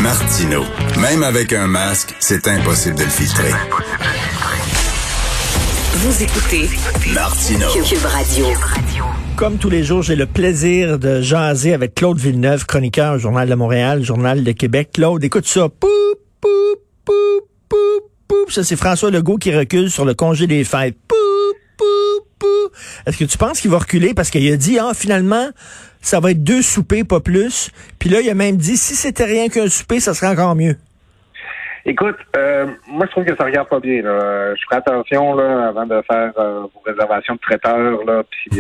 Martineau. Même avec un masque, c'est impossible de le filtrer. Vous écoutez Martineau. Cube Radio. Comme tous les jours, j'ai le plaisir de jaser avec Claude Villeneuve, chroniqueur au Journal de Montréal, Journal de Québec. Claude, écoute ça. Poup, poup, poup, poup, poup. Ça, c'est François Legault qui recule sur le congé des fêtes. Poup, poup, poup. Est-ce que tu penses qu'il va reculer? Parce qu'il a dit, finalement, ça va être 2 soupers, pas plus. Puis là, il a même dit, si c'était rien qu'un souper, ça serait encore mieux. Écoute, moi je trouve que ça regarde pas bien. Là. Je ferai attention là avant de faire vos réservations de traiteur là, puis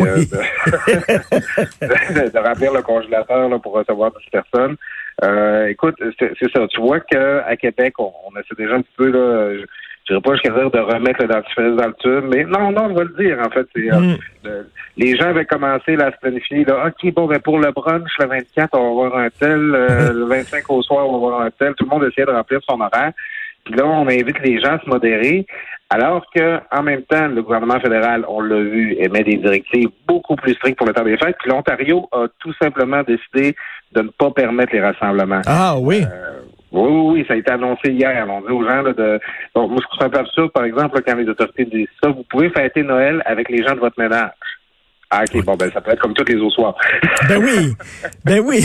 de remplir le congélateur là pour recevoir 10 personnes. Écoute, c'est ça. Tu vois qu'à Québec, on essaie déjà un petit peu là. Je dirais pas jusqu'à dire de remettre le dentifrice dans le tube, mais non, on va le dire, en fait. C'est, les gens avaient commencé là, à se planifier, là, OK, bon, ben pour le brunch, le 24, on va avoir un tel, le 25 au soir, on va avoir un tel. Tout le monde essayait de remplir son horaire. Puis là, on invite les gens à se modérer, alors que en même temps, le gouvernement fédéral, on l'a vu, émet des directives beaucoup plus strictes pour le temps des fêtes. Puis l'Ontario a tout simplement décidé de ne pas permettre les rassemblements. Ah oui. Oui, ça a été annoncé hier. On dit aux gens là, bon, moi je trouve ça un peu absurde, par exemple, là, quand les autorités disent ça, vous pouvez fêter Noël avec les gens de votre ménage. Ah, OK, bon, ben ça peut être comme tous les autres soirs. Ben oui.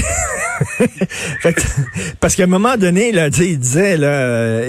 Fait que, parce qu'à un moment donné, là, il disait, là,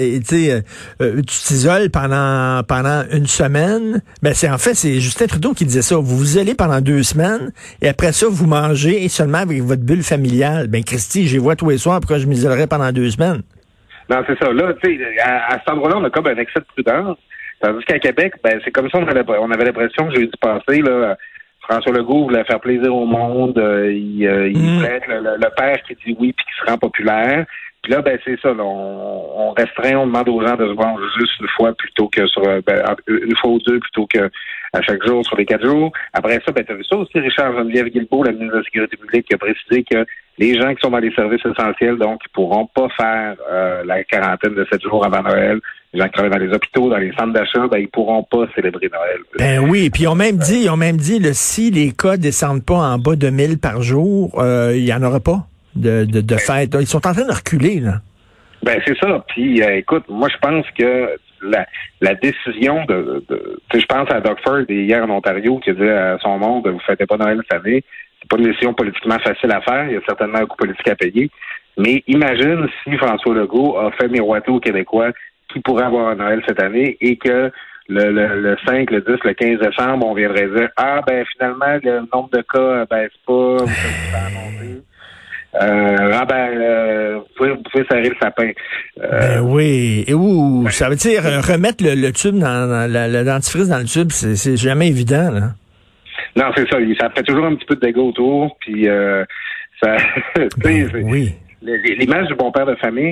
tu t'isoles pendant une semaine. Ben c'est Justin Trudeau qui disait ça. Vous vous isolez pendant 2 semaines et après ça, vous mangez seulement avec votre bulle familiale. Ben Christy, j'y vois tous les soirs, pourquoi je m'isolerais pendant 2 semaines? Non, c'est ça. Là, tu sais, à cet endroit-là, on a comme un excès de prudence. Tandis qu'à Québec, ben c'est comme ça on avait l'impression que j'ai dû passer, là. François Legault voulait faire plaisir au monde. Il voulait être le père qui dit oui puis qui se rend populaire. Puis là, ben c'est ça. Là, on restreint, on demande aux gens de se voir juste une fois plutôt que une fois ou 2 plutôt que à chaque jour sur les 4 jours. Après ça, ben t'as vu ça aussi, Richard Geneviève Guilbeault, la ministre de la Sécurité publique, qui a précisé que les gens qui sont dans les services essentiels, donc, ils pourront pas faire la quarantaine de 7 jours avant Noël. Les gens qui travaillent dans les hôpitaux, dans les centres d'achat, ben ils pourront pas célébrer Noël. Ben oui, puis ils ont même dit, là, si les cas descendent pas en bas de 1000 par jour, il y en aura pas de fête. Ils sont en train de reculer, là. Ben c'est ça. Puis écoute, moi je pense que la décision je pense à Doug Ford hier en Ontario qui dit à son monde, vous fêtez pas Noël cette année. C'est pas une décision politiquement facile à faire. Il y a certainement un coût politique à payer. Mais imagine si François Legault a fait miroiter aux Québécois qui pourrait avoir un Noël cette année et que le 5, le 10, le 15 décembre, on viendrait dire finalement, le nombre de cas baisse pas, vous pouvez serrer le sapin. Oui. Et ça veut dire remettre le tube le dentifrice dans le tube, c'est jamais évident, là. Non, c'est ça. Ça fait toujours un petit peu de dégâts autour, puis ça. Oui. L'image du bon père de famille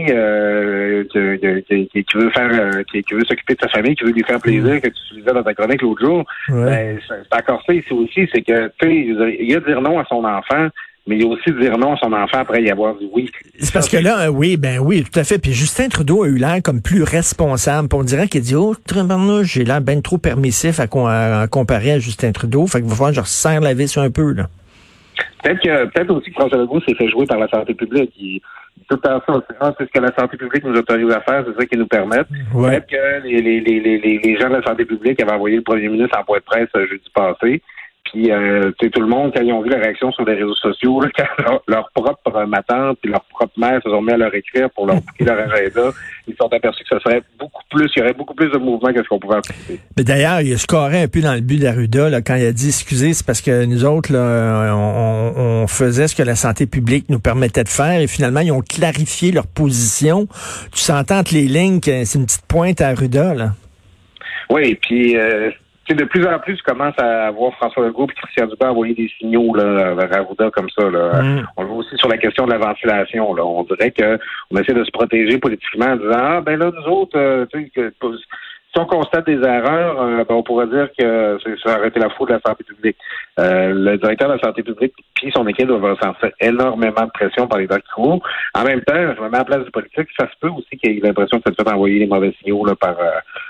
qui veut faire, qui veut s'occuper de sa famille, qui veut lui faire plaisir, que tu utilisais dans ta chronique l'autre jour. Ouais. C'est encore ça ici aussi, c'est que il y a dire non à son enfant. Mais il y a aussi dire non à son enfant après y avoir dit oui. C'est parce que là, oui, tout à fait. Puis Justin Trudeau a eu l'air comme plus responsable. Puis on dirait qu'il dit, j'ai l'air bien trop permissif à comparer à Justin Trudeau. Fait qu'il va falloir que je resserre la vis un peu, là. Peut-être aussi que François Legault s'est fait jouer par la santé publique. Tout le temps ça, c'est ce que la santé publique nous autorise à faire, c'est ça qu'ils nous permettent. Ouais. Peut-être que les gens de la santé publique avaient envoyé le premier ministre en point de presse jeudi passé. Puis tout le monde, quand ils ont vu la réaction sur les réseaux sociaux, là, quand leur propre ma tante et leur propre mère se sont mis à leur écrire pour leur bouquer leur agenda, ils se sont aperçus que il y aurait beaucoup plus de mouvement que ce qu'on pouvait anticiper. Mais d'ailleurs, il a scoré un peu dans le but d'Arruda là, quand il a dit excusez, c'est parce que nous autres, là, on faisait ce que la santé publique nous permettait de faire et finalement, ils ont clarifié leur position. Tu s'entends entre les lignes que c'est une petite pointe à Arruda, là. Oui, puis de plus en plus, tu commences à voir François Legault et Christian Dubé envoyer des signaux là, vers Arruda comme ça. Là. On le voit aussi sur la question de la ventilation. Là. On dirait qu'on essaie de se protéger politiquement en disant nous autres, si on constate des erreurs, on pourrait dire que ça aurait été la faute de la santé publique. Le directeur de la santé publique puis son équipe doivent ressentir énormément de pression par les doctoraux. En même temps, je me mets à la place du politique, ça se peut aussi qu'il y ait l'impression que ça te fait envoyer les mauvais signaux là, par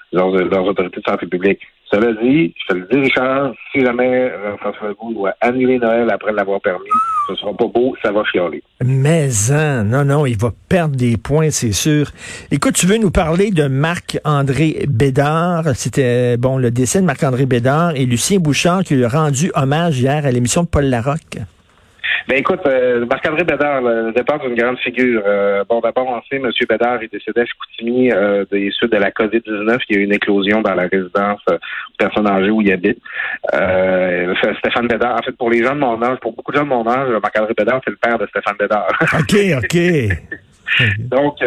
leurs autorités de santé publique. Cela dit, je te le dis, Richard, si jamais François Legault doit annuler Noël après l'avoir permis, ce sera pas beau, ça va chialer. Non, il va perdre des points, c'est sûr. Écoute, tu veux nous parler de Marc-André Bédard. C'était, le décès de Marc-André Bédard et Lucien Bouchard qui lui a rendu hommage hier à l'émission de Paul Larocque. Ben écoute, Marc-André Bédard, le départ d'une grande figure. D'abord, on sait, M. Bédard est décédé à Chicoutimi des suites de la COVID-19. Il y a eu une éclosion dans la résidence personnes âgées où il habite. Stéphane Bédard, en fait, pour les gens de mon âge, pour beaucoup de gens de mon âge, Marc-André Bédard, c'est le père de Stéphane Bédard. OK. Donc,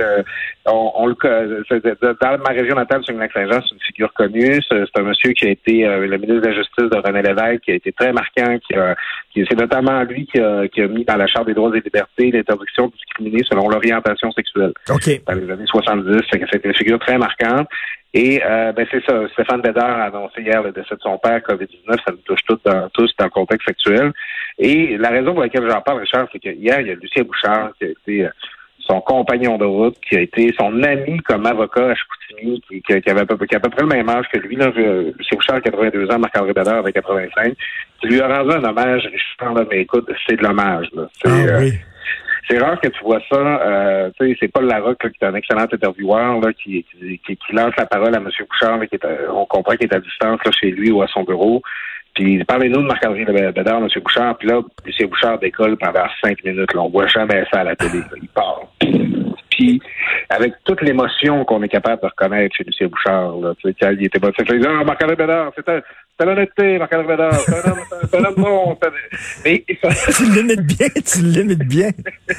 dans ma région natale, sur le Lac-Saint-Jean, c'est une figure connue. C'est un monsieur qui a été le ministre de la Justice de René Lévesque, qui a été très marquant, c'est notamment lui qui a mis dans la Charte des droits et libertés l'interdiction de discriminer selon l'orientation sexuelle. OK. Dans les années 70, c'était une figure très marquante. Et c'est ça, Stéphane Bédard a annoncé hier le décès de son père, COVID-19, ça nous touche tous dans le contexte actuel. Et la raison pour laquelle j'en parle, Richard, c'est que hier, il y a Lucien Bouchard qui a été son compagnon de route, qui a été son ami comme avocat à Chicoutimi, qui avait à peu près le même âge que lui, là, Lucien Bouchard a 82 ans, Marc-André Bédard avait 85, qui lui a rendu un hommage, Richard, là, mais écoute, c'est de l'hommage, là. Oui. C'est rare que tu vois ça. C'est Paul Larocque là, qui est un excellent intervieweur là, qui lance la parole à M. Bouchard, là, on comprend qu'il est à distance là, chez lui ou à son bureau. Puis parlez-nous de Marc-André Bédard, M. Bouchard. Puis là, M. Bouchard décolle pendant 5 minutes. Là. On voit jamais ça à la télé. Là. Il parle. Puis avec toute l'émotion qu'on est capable de reconnaître chez Lucien Bouchard, là, tu sais, quand il était bon, c'est Marc-André Bédard, c'était l'honnêteté, Marc-André Bédard, c'est un homme bon. Mais tu le limites bien.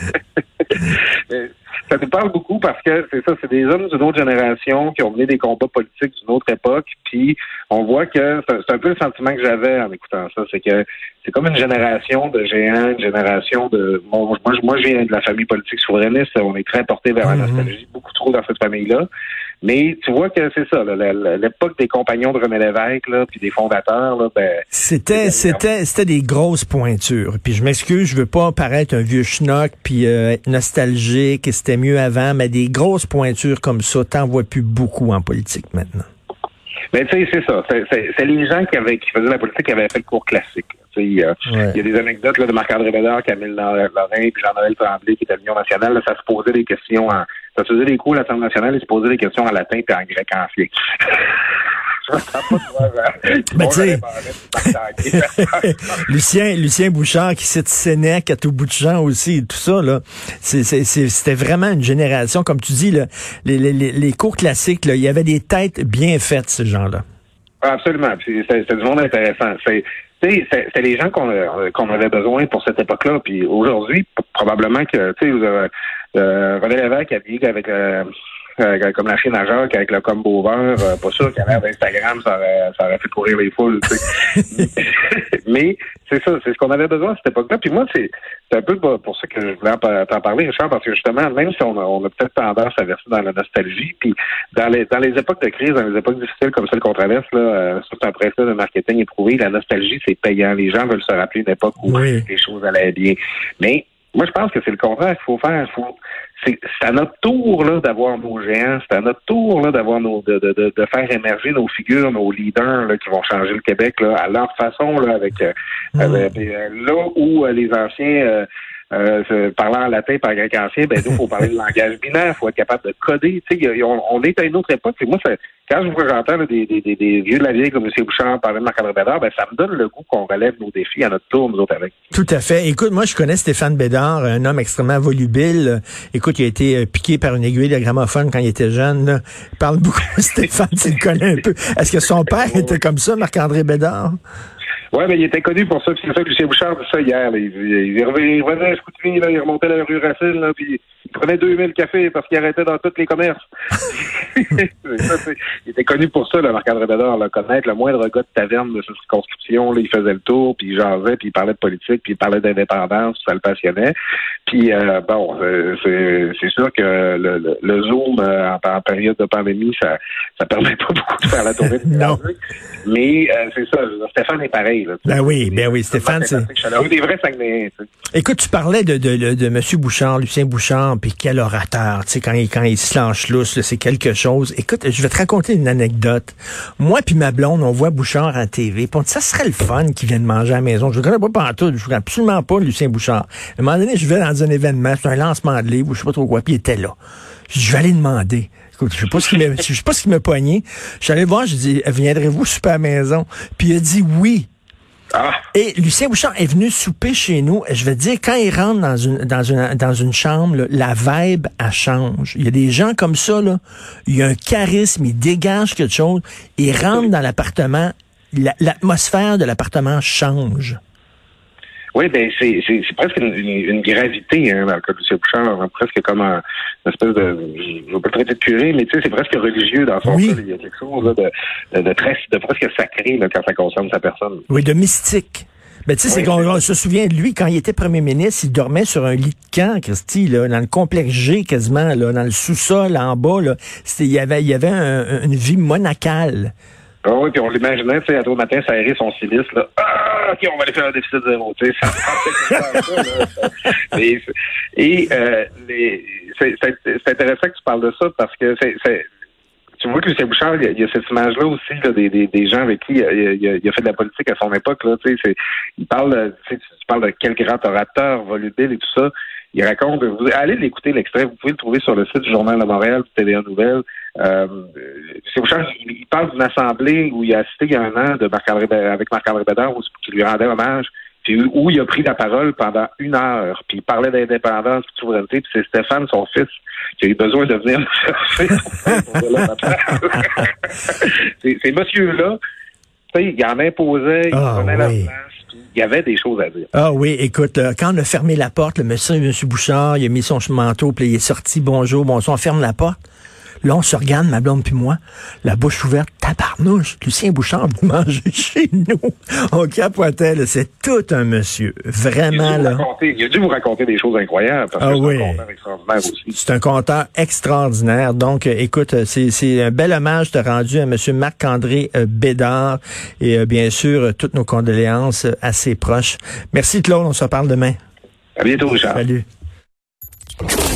Ça nous parle beaucoup parce que c'est des hommes d'une autre génération qui ont mené des combats politiques d'une autre époque, puis on voit que c'est un peu le sentiment que j'avais en écoutant ça, c'est que c'est comme une génération de géants, une génération de... Moi, je viens de la famille politique souverainiste, on est très porté vers la nostalgie, beaucoup trop dans cette famille-là, mais tu vois que c'est ça, là, l'époque des compagnons de René Lévesque, là, puis des fondateurs, là, C'était des grosses pointures, puis je m'excuse, je veux pas paraître un vieux schnock, puis être nostalgique, et c'était mieux avant, mais des grosses pointures comme ça, t'en vois plus beaucoup en politique maintenant. Mais tu sais, c'est ça. C'est les gens qui faisaient la politique qui avaient fait le cours classique. Il y a des anecdotes là, de Marc-André Bédard, Camille Lorrain, puis Jean-Noël Tremblay, qui était à l'Union nationale. Là, ça se posait des questions ça se faisait des cours à l'Assemblée nationale et se posait des questions en latin puis en grec ancien. Lucien Bouchard qui cite Sénèque à tout bout de champ aussi, et tout ça, là. C'était vraiment une génération, comme tu dis, là, les cours classiques, là, il y avait des têtes bien faites, ces gens-là. Absolument. C'est du monde intéressant. C'est les gens qu'on avait besoin pour cette époque-là. Puis aujourd'hui, probablement que, tu sais, René Lévesque habillé avec comme la Chine à Jacques avec le combo vert, pas sûr qu'à l'ère d'Instagram, ça aurait fait courir les foules, tu sais. Mais c'est ça, c'est ce qu'on avait besoin à cette époque-là. Puis moi, c'est un peu pour ça que je voulais t'en parler, Richard, parce que justement, même si on a peut-être tendance à verser dans la nostalgie, puis dans les époques de crise, dans les époques difficiles comme celles qu'on traverse, là, c'est un principe de marketing éprouvé, la nostalgie, c'est payant. Les gens veulent se rappeler d'une époque où les choses allaient bien. Mais moi, je pense que c'est le contraire qu'il faut faire. C'est à notre tour là d'avoir nos géants, c'est à notre tour là d'avoir de faire émerger nos figures, nos leaders là, qui vont changer le Québec là, à leur façon là avec là où les anciens parlant en latin par grec ancien, ben nous, il faut parler le langage binaire, il faut être capable de coder. Tu sais, on est à une autre époque. Et moi, quand j'entends là, des vieux de la vieille comme M. Bouchard parler de Marc-André Bédard, ben ça me donne le goût qu'on relève nos défis à notre tour, nous autres avec. Tout à fait. Écoute, moi, je connais Stéphane Bédard, un homme extrêmement volubile. Écoute, il a été piqué par une aiguille de gramophone quand il était jeune. Là. Il parle beaucoup. Stéphane, tu le connais un peu. Est-ce que son père était comme ça, Marc-André Bédard? Ouais, mais il était connu pour ça, puis c'est ça que Lucien Bouchard dit ça hier. Là. Il revenait à Chicoutimi, là, il remontait la rue Racine, là, puis il prenait 2000 cafés parce qu'il arrêtait dans tous les commerces. Il était connu pour ça, là, Marc-André Bédard, là, connaître le moindre gars de taverne de sa circonscription, là, il faisait le tour, puis il jasait, puis il parlait de politique, puis il parlait d'indépendance, ça le passionnait. Puis c'est sûr que le Zoom en période de pandémie, ça permet pas beaucoup de faire la tournée de non. Mais c'est ça, Stéphane est pareil. Là, ben oui, Stéphane, c'est... des vrais Saguenayens. Écoute, tu parlais de M. Bouchard, Lucien Bouchard, puis quel orateur. Tu sais, quand il se lâche lousse, là, c'est quelque chose. Écoute, je vais te raconter une anecdote. Moi puis ma blonde, on voit Bouchard à la TV. Puis on dit, ça serait le fun qu'il vienne manger à la maison. Je ne connais pas pantoute, je ne connais absolument pas Lucien Bouchard. À un moment donné, je vais dans un événement, c'est un lancement de livre, ou je sais pas trop quoi, puis il était là. Je vais aller demander. Écoute, je sais pas ce qu'il m'a poigné. Je suis allé voir, je dis, viendrez-vous souper à la maison? Puis il a dit oui. Ah. Et Lucien Bouchard est venu souper chez nous. Je vais te dire, quand il rentre dans une chambre, là, la vibe, elle change. Il y a des gens comme ça, là. Il y a un charisme, il dégage quelque chose. Il rentre dans l'appartement, l'atmosphère de l'appartement change. Oui, ben c'est presque une gravité dans le cas de Lucien Bouchard, presque comme une espèce de, je vais pas le traiter de curé, mais tu sais, c'est presque religieux dans son cas. Il y a quelque chose là, de presque sacré là, quand ça concerne sa personne. Oui, de mystique. Ben, tu sais, c'est qu'on se souvient de lui, quand il était premier ministre, il dormait sur un lit de camp, Christy, là, dans le complexe G, quasiment, là, dans le sous-sol, en bas, là. Il y avait une vie monacale. Ah oui, puis on l'imaginait, tu sais, à tout le matin, s'aérer son silice, là. Ah, OK, on va aller faire un déficit zéro, tu sais. Ça c'est intéressant que tu parles de ça parce que tu vois que Lucien Bouchard, il y a cette image-là aussi, là, des gens avec qui il a fait de la politique à son époque, là, tu sais. Tu parles de quel grand orateur volubile et tout ça. Il raconte, allez l'écouter l'extrait, vous pouvez le trouver sur le site du Journal de Montréal, du TVA Nouvelles. Il parle d'une assemblée où il a assisté il y a un an avec Marc-André Bédard, qui lui rendait hommage, puis où il a pris la parole pendant 1 heure, puis il parlait d'indépendance, de souveraineté, puis c'est Stéphane, son fils, qui a eu besoin de venir le chercher. Ces monsieur-là, tu sais, il en imposait, il prenait la place. Il y avait des choses à dire. Ah oui, écoute, quand on a fermé la porte, le monsieur Bouchard, il a mis son manteau, puis il est sorti, bonjour, bonsoir, on ferme la porte. Là, on se regarde, ma blonde puis moi, la bouche ouverte, tabarnouche, Lucien Bouchard vient manger chez nous. On capotait, là, c'est tout un monsieur, vraiment, là. Il a dû vous raconter des choses incroyables, parce que c'est un conteur extraordinaire aussi. C'est un conteur extraordinaire, donc, écoute, c'est un bel hommage de rendu à monsieur Marc-André Bédard, et bien sûr, toutes nos condoléances à ses proches. Merci Claude, on se reparle demain. À bientôt, Richard. Salut.